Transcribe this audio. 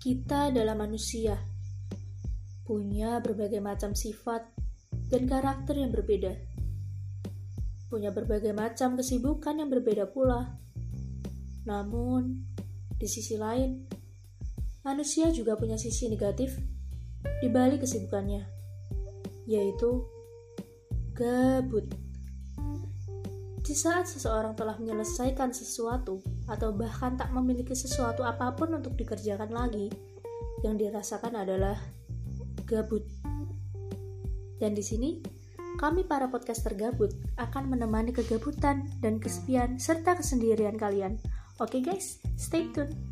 Kita adalah manusia, punya berbagai macam sifat dan karakter yang berbeda. Punya berbagai macam kesibukan yang berbeda pula. Namun, di sisi lain, manusia juga punya sisi negatif di balik kesibukannya, yaitu gabut. Di saat seseorang telah menyelesaikan sesuatu atau bahkan tak memiliki sesuatu apapun untuk dikerjakan lagi, yang dirasakan adalah gabut. Dan di sini, kami para podcaster gabut akan menemani kegabutan dan kesepian serta kesendirian kalian. Oke guys, stay tune.